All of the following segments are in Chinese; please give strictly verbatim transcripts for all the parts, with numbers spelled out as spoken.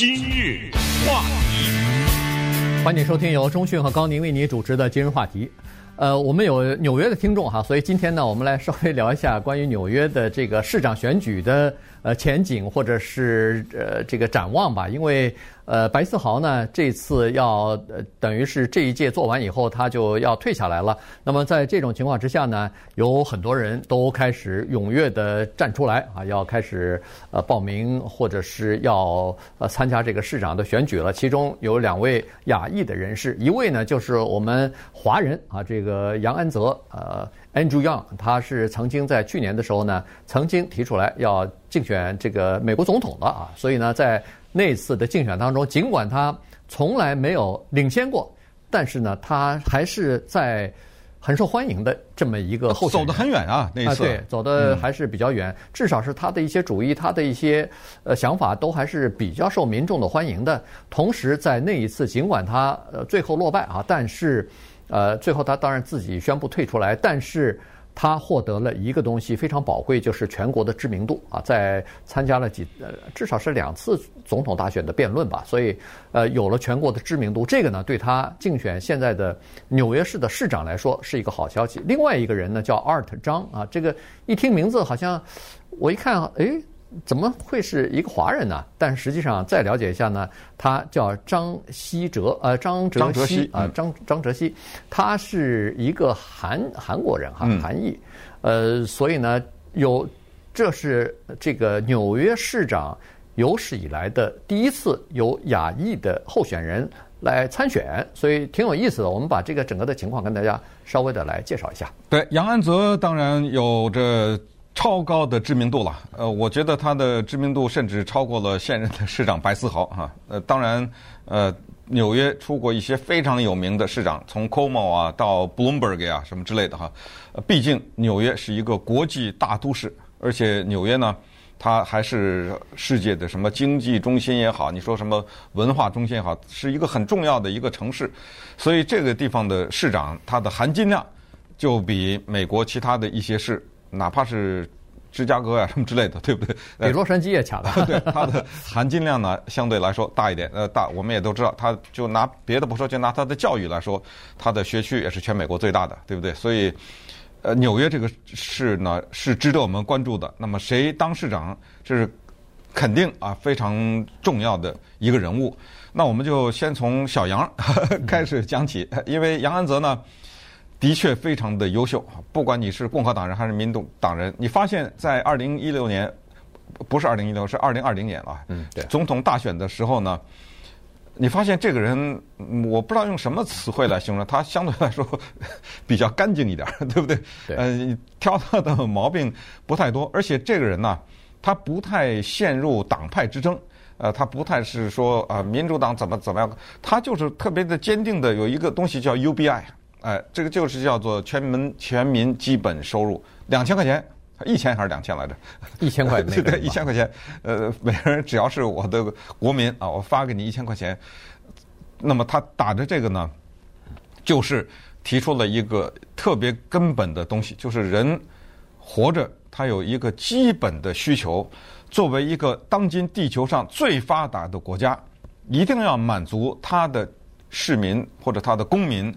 今日话题， 欢迎收听由钟讯和高宁为你主持的今日话题。呃，我们有纽约的听众哈，所以今天呢，我们来稍微聊一下关于纽约的这个市长选举的呃前景或者是呃这个展望吧。因为呃白思豪呢这次要呃等于是这一届做完以后，他就要退下来了。那么在这种情况之下呢，有很多人都开始踊跃的站出来啊，要开始呃报名或者是要呃参加这个市长的选举了。其中有两位亚裔的人士，一位呢就是我们华人啊，这个。呃，杨安泽，呃 ，Andrew Yang， 他是曾经在去年的时候呢，曾经提出来要竞选这个美国总统的啊，所以呢，在那次的竞选当中，尽管他从来没有领先过，但是呢，他还是在很受欢迎的这么一个候选人， 走得很远啊，那一次、 啊、对，走得还是比较远、嗯，至少是他的一些主意，他的一些呃想法都还是比较受民众的欢迎的。同时，在那一次，尽管他呃最后落败啊，但是。呃，最后他当然自己宣布退出来，但是他获得了一个东西非常宝贵，就是全国的知名度啊，在参加了几呃至少是两次总统大选的辩论吧，所以呃有了全国的知名度，这个呢对他竞选现在的纽约市的市长来说是一个好消息。另外一个人呢叫 Art 张啊，这个一听名字好像我一看，哎。怎么会是一个华人呢？但实际上再了解一下呢，他叫张希哲，呃，张哲熙啊，张张哲熙，他是一个韩韩国人哈，韩裔，呃，所以呢，有这是这个纽约市长有史以来的第一次有亚裔的候选人来参选，所以挺有意思的。我们把这个整个的情况跟大家稍微的来介绍一下。 对，杨安泽当然有着超高的知名度了，呃，我觉得他的知名度甚至超过了现任的市长白思豪哈。呃，当然，呃，纽约出过一些非常有名的市长，从 Cuomo 啊到 Bloomberg 啊什么之类的哈。呃，毕竟纽约是一个国际大都市，而且纽约呢，它还是世界的什么经济中心也好，你说什么文化中心也好，是一个很重要的一个城市，所以这个地方的市长，它的含金量就比美国其他的一些市。哪怕是芝加哥呀、啊、什么之类的，对不对？ 比洛杉矶也强了。 对，它的含金量呢相对来说大一点。呃，大我们也都知道，它就拿别的不说，就拿它的教育来说，它的学区也是全美国最大的，对不对？所以，呃，纽约这个市呢是值得我们关注的。那么谁当市长，这是肯定啊非常重要的一个人物。那我们就先从小杨呵呵开始讲起，因为杨安泽呢。的确非常的优秀，不管你是共和党人还是民主党人，你发现在二零一六年，不是二零一六，是二零二零年了， 嗯，对， 总统大选的时候呢，你发现这个人，我不知道用什么词汇来形容，他相对来说比较干净一点，对不对？ 对， 呃，挑他的毛病不太多，而且这个人呢，他不太陷入党派之争。呃，他不太是说啊、呃，民主党怎么怎么样，他就是特别的坚定的有一个东西叫 U B I。哎，这个就是叫做全民全民基本收入，两千块钱，一千还是两千来着？ 一千块， 对对，一千块钱。呃，每个人只要是我的国民啊，我发给你一千块钱。那么他打着这个呢，就是提出了一个特别根本的东西，就是人活着，他有一个基本的需求。作为一个当今地球上最发达的国家，一定要满足他的市民或者他的公民。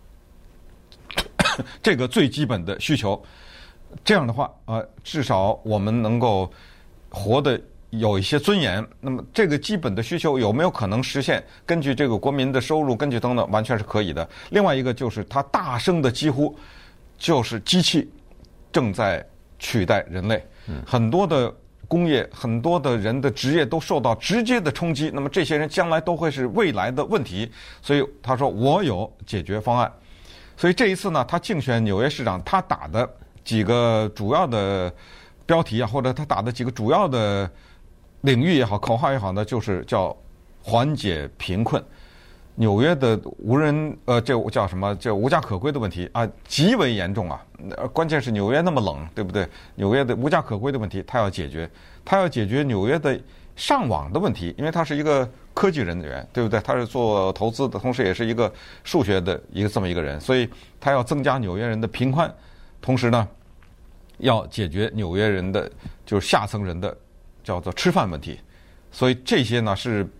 这个最基本的需求，这样的话，呃，至少我们能够活得有一些尊严。那么，这个基本的需求有没有可能实现？根据这个国民的收入，根据等等，完全是可以的。另外一个就是他大声的疾呼，就是机器正在取代人类，很多的工业，很多的人的职业都受到直接的冲击。那么，这些人将来都会是未来的问题。所以他说，我有解决方案。所以这一次呢，他竞选纽约市长，他打的几个主要的标题啊，或者他打的几个主要的领域也好，口号也好呢，就是叫缓解贫困。纽约的无人呃，这叫什么？这无家可归的问题啊，极为严重啊！关键是纽约那么冷，对不对？纽约的无家可归的问题，他要解决，他要解决纽约的上网的问题，因为他是一个科技人员，对不对？他是做投资的，同时也是一个数学的一个这么一个人，所以他要增加纽约人的频宽，同时呢，要解决纽约人的就是下层人的叫做吃饭问题。所以这些呢是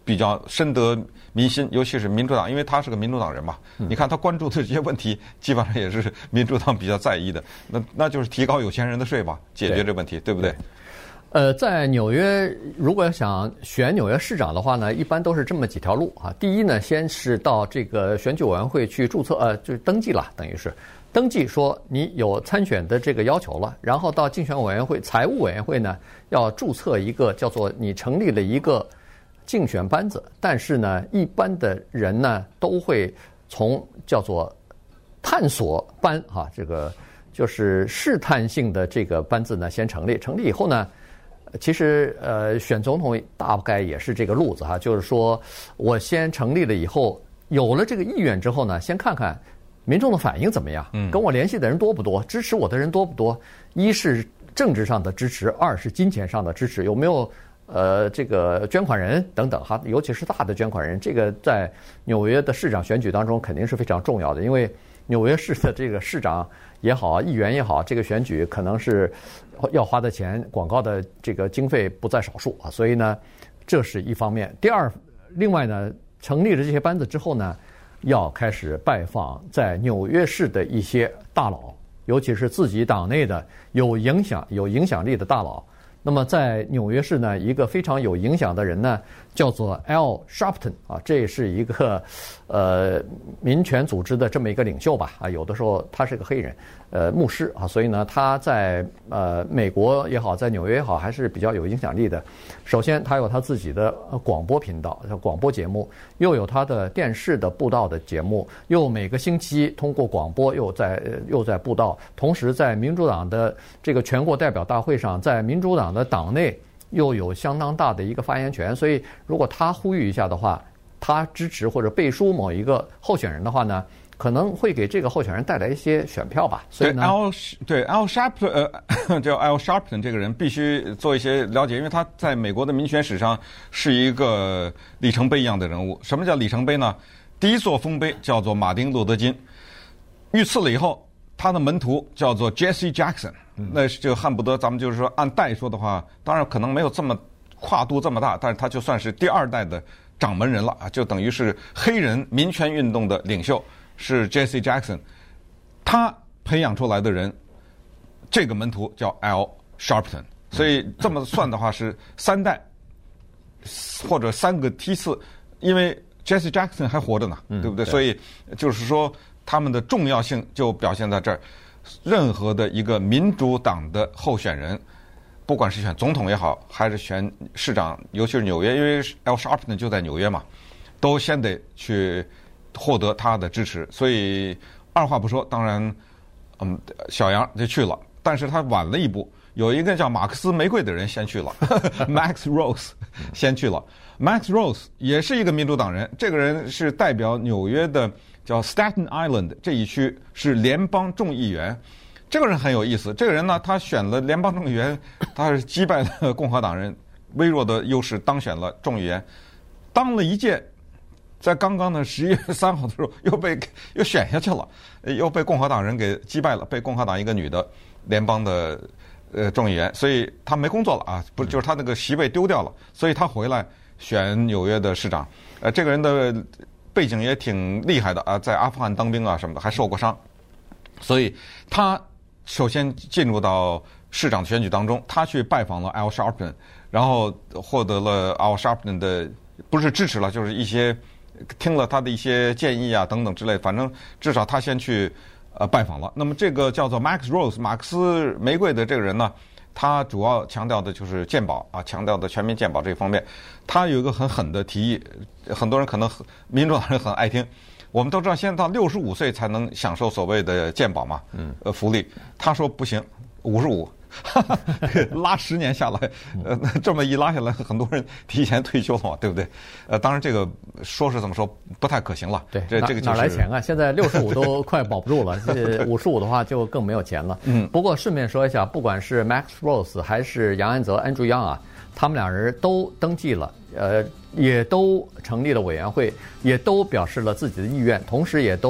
比较深得民心，尤其是民主党，因为他是个民主党人嘛。 嗯、 你看他关注的这些问题，基本上也是民主党比较在意的。那那就是提高有钱人的税吧，解决这问题， 对, 对不对？对呃，在纽约，如果想选纽约市长的话呢，一般都是这么几条路啊。第一呢，先是到这个选举委员会去注册，呃，就是登记了，等于是登记说你有参选的这个要求了。然后到竞选委员会、财务委员会呢，要注册一个叫做你成立了一个竞选班子。但是呢，一般的人呢都会从叫做探索班啊，这个就是试探性的这个班子呢先成立，成立以后呢。其实，呃，选总统大概也是这个路子哈，就是说我先成立了以后，有了这个意愿之后呢，先看看民众的反应怎么样，跟我联系的人多不多，支持我的人多不多。一是政治上的支持，二是金钱上的支持，有没有呃这个捐款人等等哈，尤其是大的捐款人，这个在纽约的市长选举当中肯定是非常重要的，因为纽约市的这个市长也好，议员也好，这个选举可能是要花的钱、广告的这个经费不在少数啊，所以呢，这是一方面。第二，另外呢，成立了这些班子之后呢，要开始拜访在纽约市的一些大佬，尤其是自己党内的有影响、有影响力的大佬。那么在纽约市呢，一个非常有影响的人呢，叫做 Al Sharpton 啊，这是一个呃民权组织的这么一个领袖吧啊，有的时候他是个黑人，呃牧师啊，所以呢他在呃美国也好，在纽约也好，还是比较有影响力的。首先，他有他自己的广播频道、广播节目，又有他的电视的布道的节目，又每个星期通过广播又在又在布道，同时在民主党的这个全国代表大会上，在民主党的党内又有相当大的一个发言权，所以如果他呼吁一下的话，他支持或者背书某一个候选人的话呢，可能会给这个候选人带来一些选票吧。所以呢， 对 Al 对 Al Sharpton 呃叫 Al Sharpton 这个人必须做一些了解，因为他在美国的民选史上是一个里程碑一样的人物。什么叫里程碑呢？第一座丰碑叫做马丁路德金，遇刺了以后，他的门徒叫做 Jesse Jackson。那是就恨不得咱们就是说按代说的话，当然可能没有这么跨度这么大，但是他就算是第二代的掌门人了啊，就等于是黑人民权运动的领袖是 Jesse Jackson， 他培养出来的人，这个门徒叫 Al Sharpton， 所以这么算的话是三代或者三个梯次，因为 Jesse Jackson 还活着呢，对不对？所以就是说他们的重要性就表现在这儿。任何的一个民主党的候选人，不管是选总统也好，还是选市长，尤其是纽约，因为 Al Sharpton 就在纽约嘛，都先得去获得他的支持。所以二话不说，当然，嗯，小杨就去了，但是他晚了一步，有一个叫马克思玫瑰的人先去了，Max Rose 先去了。Max Rose 也是一个民主党人，这个人是代表纽约的。叫 Staten Island 这一区是联邦众议员，这个人很有意思。这个人呢，他选了联邦众议员，他是击败了共和党人，微弱的优势当选了众议员，当了一届，在刚刚的十一月三号的时候又被又选下去了，又被共和党人给击败了，被共和党一个女的联邦的呃众议员，所以他没工作了啊，不就是他那个席位丢掉了，所以他回来选纽约的市长。呃，这个人的背景也挺厉害的啊，在阿富汗当兵啊什么的，还受过伤，所以他首先进入到市长选举当中，他去拜访了 Al Sharpton， 然后获得了 Al Sharpton 的不是支持了，就是一些听了他的一些建议啊等等之类，反正至少他先去呃拜访了。那么这个叫做 Max Rose 马克思玫瑰的这个人呢，他主要强调的就是健保啊，强调的全民健保这一方面。他有一个很狠的提议，很多人可能民主党人很爱听。我们都知道，现在到六十五岁才能享受所谓的健保嘛，嗯，呃，福利。他说不行，五十五，拉十年下来，呃，这么一拉下来，很多人提前退休了嘛，对不对？呃，当然这个说是这么说，不太可行了。 对， 这这个、就是、 哪来钱啊？现在六十五都快保不住了，这五十五的话就更没有钱了。嗯，不过顺便说一下，不管是 Max Rose 还是杨安泽 Andrew Yang 啊。他们俩人都登记了，呃，也都成立了委员会，也都表示了自己的意愿，同时也都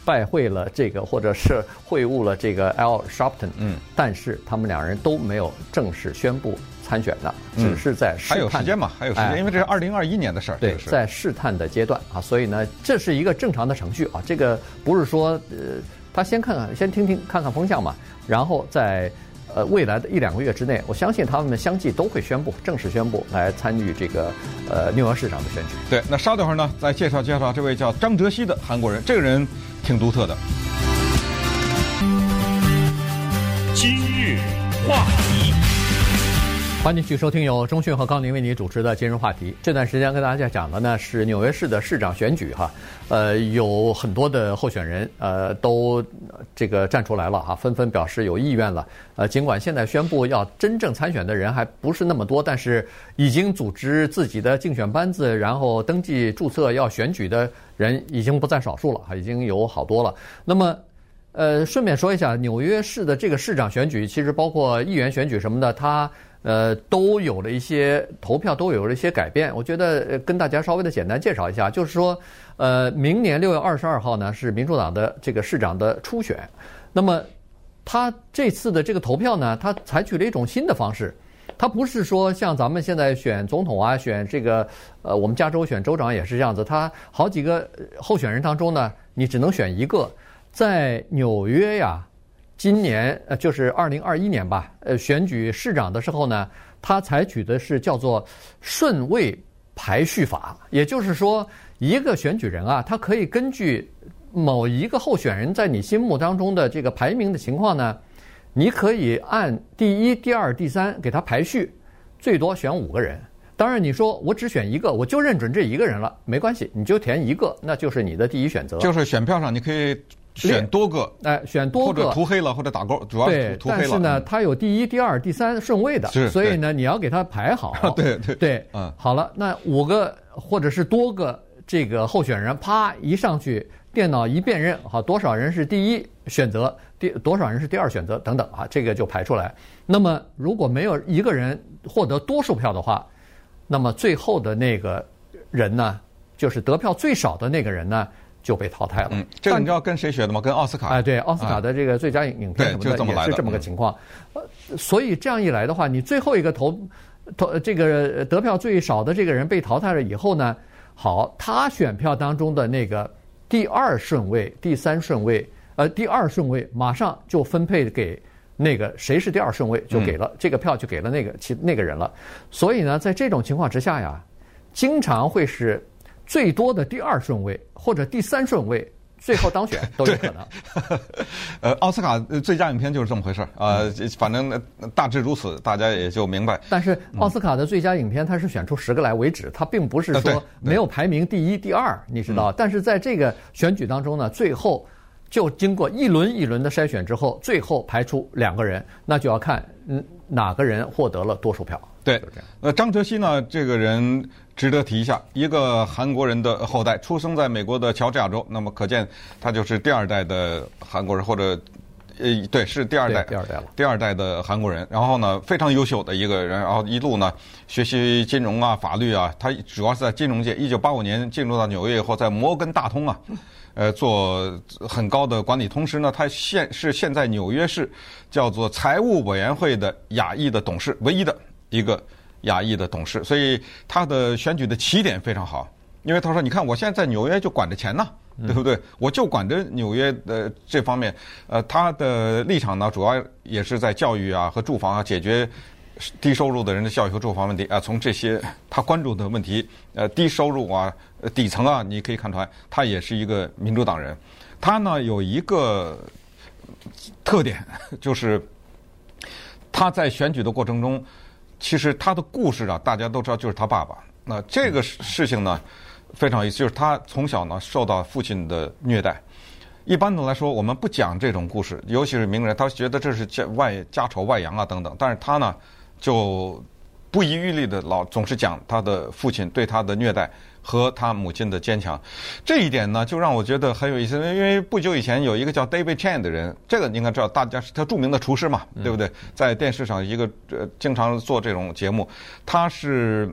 拜会了这个，或者是会晤了这个 Al Sharpton， 嗯， 但是他们两人都没有正式宣布参选的，只是在试探、 嗯、还有时间嘛，还有时间，哎、因为这是二零二一年的事儿， 对， 是在试探的阶段啊，所以呢，这是一个正常的程序啊，这个不是说呃，他先看看，先听听看看风向嘛，然后在呃未来的一两个月之内，我相信他们相继都会宣布正式宣布来参与这个呃纽约市长的选举。 对，那稍等会儿呢，再介绍介绍这位叫张哲熹的韩国人，这个人挺独特的。 今日话题。 欢迎继续收听由钟讯和高宁为你主持的今日话题。这段时间跟大家讲的呢是纽约市的市长选举哈，呃，有很多的候选人呃都这个站出来了哈，纷纷表示有意愿了。呃，尽管现在宣布要真正参选的人还不是那么多，但是已经组织自己的竞选班子，然后登记注册要选举的人已经不在少数了哈，已经有好多了。那么呃，顺便说一下，纽约市的这个市长选举，其实包括议员选举什么的，它呃，都有了一些投票，都有了一些改变。我觉得、呃、跟大家稍微的简单介绍一下，就是说，呃，明年六月二十二号呢是民主党的这个市长的初选。那么，他这次的这个投票呢，他采取了一种新的方式，他不是说像咱们现在选总统啊，选这个呃，我们加州选州长也是这样子，他好几个候选人当中呢，你只能选一个。在纽约呀。今年呃就是二零二一年吧，呃选举市长的时候呢，他采取的是叫做顺位排序法，也就是说，一个选举人啊，他可以根据某一个候选人在你心目当中的这个排名的情况呢，你可以按第一、第二、第三给他排序，最多选五个人。当然，你说我只选一个，我就认准这一个人了，没关系，你就填一个，那就是你的第一选择。 就是选票上你可以选多个， 哎，选多个， 或者涂黑了，或者打勾，主要是涂黑了。 但是呢，它有第一、第二、第三顺位的，所以呢，你要给它排好。 对对对，嗯，好了，那五个或者是多个这个候选人，啪一上去，电脑一辨认，好，多少人是第一选择，第多少人是第二选择等等啊，这个就排出来。那么如果没有一个人获得多数票的话，那么最后的那个人呢，就是得票最少的那个人呢，就被淘汰了。 嗯，这个你知道跟谁学的吗？跟奥斯卡。 哎，对，奥斯卡的这个最佳影片什么的， 对， 也是这么个情况。呃，所以这样一来的话，你最后一个投投这个得票最少的这个人被淘汰了以后呢，好，他选票当中的那个第二顺位、第三顺位，呃，第二顺位马上就分配给那个谁是第二顺位，就给了、嗯、这个票就给了那个其那个人了。所以呢，在这种情况之下呀，经常会是最多的第二顺位或者第三顺位最后当选都有可能。 呃，奥斯卡最佳影片就是这么回事儿啊、呃，反正大致如此，大家也就明白。 但是奥斯卡的最佳影片，它是选出十个来为止，它并不是说没有排名第一、第二，你知道。但是在这个选举当中呢，最后就经过一轮一轮的筛选之后，最后排出两个人，那就要看嗯哪个人获得了多数票。 对，呃，张哲熹呢，这个人值得提一下，一个韩国人的后代，出生在美国的乔治亚州，那么可见他就是第二代的韩国人，或者呃，对，是第二代， 第二代了， 第二代的韩国人。然后呢，非常优秀的一个人，然后一路呢学习金融啊、法律啊，他主要是在金融界。一九八五年进入到纽约以后，在摩根大通啊，呃，做很高的管理。同时呢，他现是现在纽约市叫做财务委员会的亚裔的董事，唯一的一个亚裔的董事，所以他的选举的起点非常好，因为他说：“你看，我现在在纽约就管着钱呢，对不对？我就管着纽约的这方面。呃，他的立场呢，主要也是在教育啊和住房啊，解决低收入的人的教育和住房问题啊。从这些他关注的问题，呃，低收入啊、底层啊，你可以看出来，他也是一个民主党人。他呢有一个特点，就是他在选举的过程中。”其实他的故事啊，大家都知道，就是他爸爸。那这个事情呢，非常有意思，就是他从小呢受到父亲的虐待。一般的来说，我们不讲这种故事，尤其是名人，他觉得这是家外家丑外扬啊等等。但是他呢，就不遗余力的老总是讲他的父亲对他的虐待和他母亲的坚强。这一点呢，就让我觉得很有意思，因为不久以前有一个叫 David Chen 的人，这个你应该知道，大家是他著名的厨师嘛，对不对？在电视上一个呃经常做这种节目，他是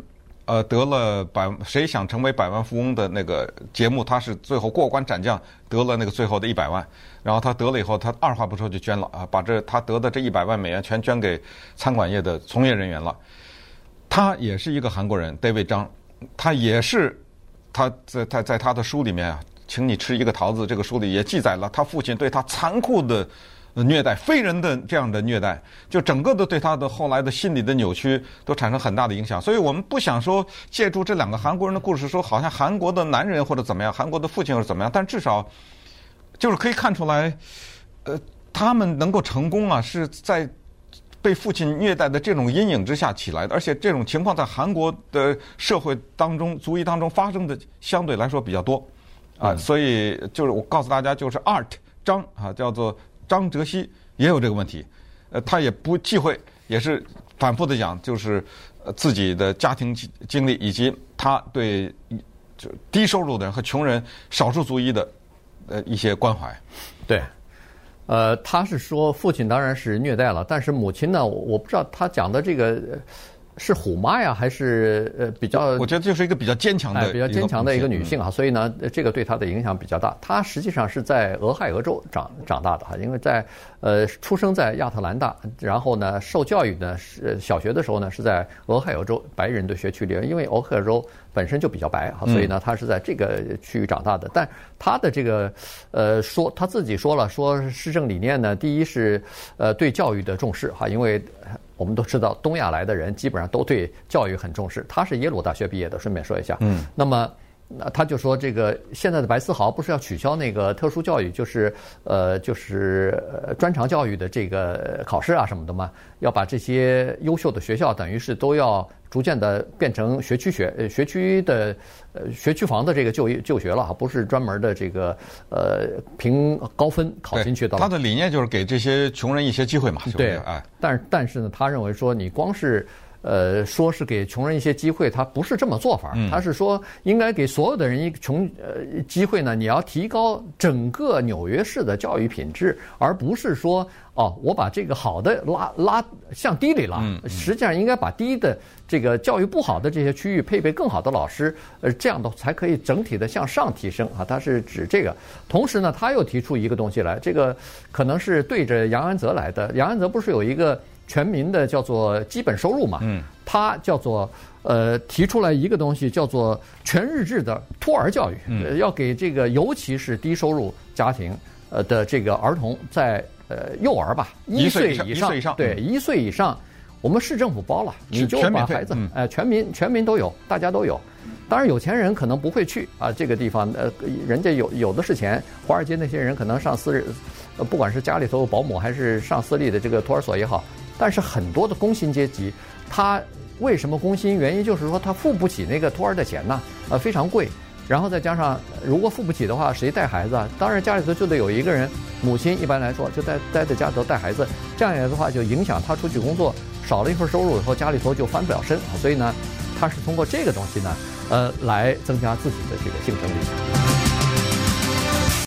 呃得了百谁想成为百万富翁的那个节目，他是最后过关斩将得了那个最后的一百万，然后他得了以后，他二话不说就捐了啊，把这他得的这一百万美元全捐给餐馆业的从业人员了。他也是一个韩国人 ，David 张，他也是他在在在他的书里面啊，请你吃一个桃子，这个书里也记载了他父亲对他残酷的虐待，非人的这样的虐待，就整个的对他的后来的心理的扭曲都产生很大的影响。所以我们不想说借助这两个韩国人的故事说好像韩国的男人或者怎么样，韩国的父亲或者怎么样，但至少就是可以看出来，呃，他们能够成功啊，是在被父亲虐待的这种阴影之下起来的，而且这种情况在韩国的社会当中、族裔当中发生的相对来说比较多啊，所以就是我告诉大家，就是 Art 张啊，叫做张哲熹也有这个问题，呃，他也不忌讳，也是反复的讲，就是呃自己的家庭经历以及他对就低收入的人和穷人、少数族裔的呃一些关怀， 对。呃，他是说父亲当然是虐待了，但是母亲呢，我不知道他讲的这个是虎妈呀，还是呃比较？ 我觉得就是一个比较坚强的、 哎、比较坚强的一个女性啊，所以呢，这个对她的影响比较大。她实际上是在俄亥俄州长长大的哈，因为在呃出生在亚特兰大，然后呢受教育呢是小学的时候呢是在俄亥俄州白人的学区里，因为俄亥俄州本身就比较白哈，所以呢他是在这个区域长大的。但他的这个呃说他自己说了，说施政理念呢，第一是呃对教育的重视哈，因为我们都知道东亚来的人基本上都对教育很重视。他是耶鲁大学毕业的，顺便说一下。嗯，那么那他就说，这个现在的白思豪不是要取消那个特殊教育，就是呃就是呃专长教育的这个考试啊什么的吗？要把这些优秀的学校等于是都要逐渐的变成学区学呃学区的呃学区房的这个就就学了哈，不是专门的这个呃凭高分考进去的了。 他的理念就是给这些穷人一些机会嘛。 对， 哎， 但是但是呢，他认为说你光是呃说是给穷人一些机会，他不是这么做法，他是说应该给所有的人一个穷呃机会呢，你要提高整个纽约市的教育品质，而不是说哦我把这个好的拉拉向低里拉，实际上应该把低的这个教育不好的这些区域配备更好的老师，呃这样的才可以整体的向上提升啊，他是指这个。同时呢，他又提出一个东西来，这个可能是对着杨安泽来的。杨安泽不是有一个全民的叫做基本收入嘛，嗯，他叫做呃提出来一个东西叫做全日制的托儿教育，嗯，要给这个尤其是低收入家庭呃的这个儿童在呃幼儿吧一岁以上， 以上对一岁以上，我们市政府包了，你就把孩子呃全民全民都有，大家都有。当然有钱人可能不会去啊这个地方，呃人家有有的是钱，华尔街那些人可能上私人，呃不管是家里头有保姆还是上私立的这个托儿所也好。但是很多的工薪阶级，他为什么工薪？原因就是说他付不起那个托儿的钱呢，呃，非常贵。然后再加上，如果付不起的话，谁带孩子啊？当然家里头就得有一个人，母亲一般来说就待待在家里头带孩子。这样的话就影响他出去工作，少了一份收入以后，家里头就翻不了身。所以呢，他是通过这个东西呢，呃，来增加自己的这个竞争力。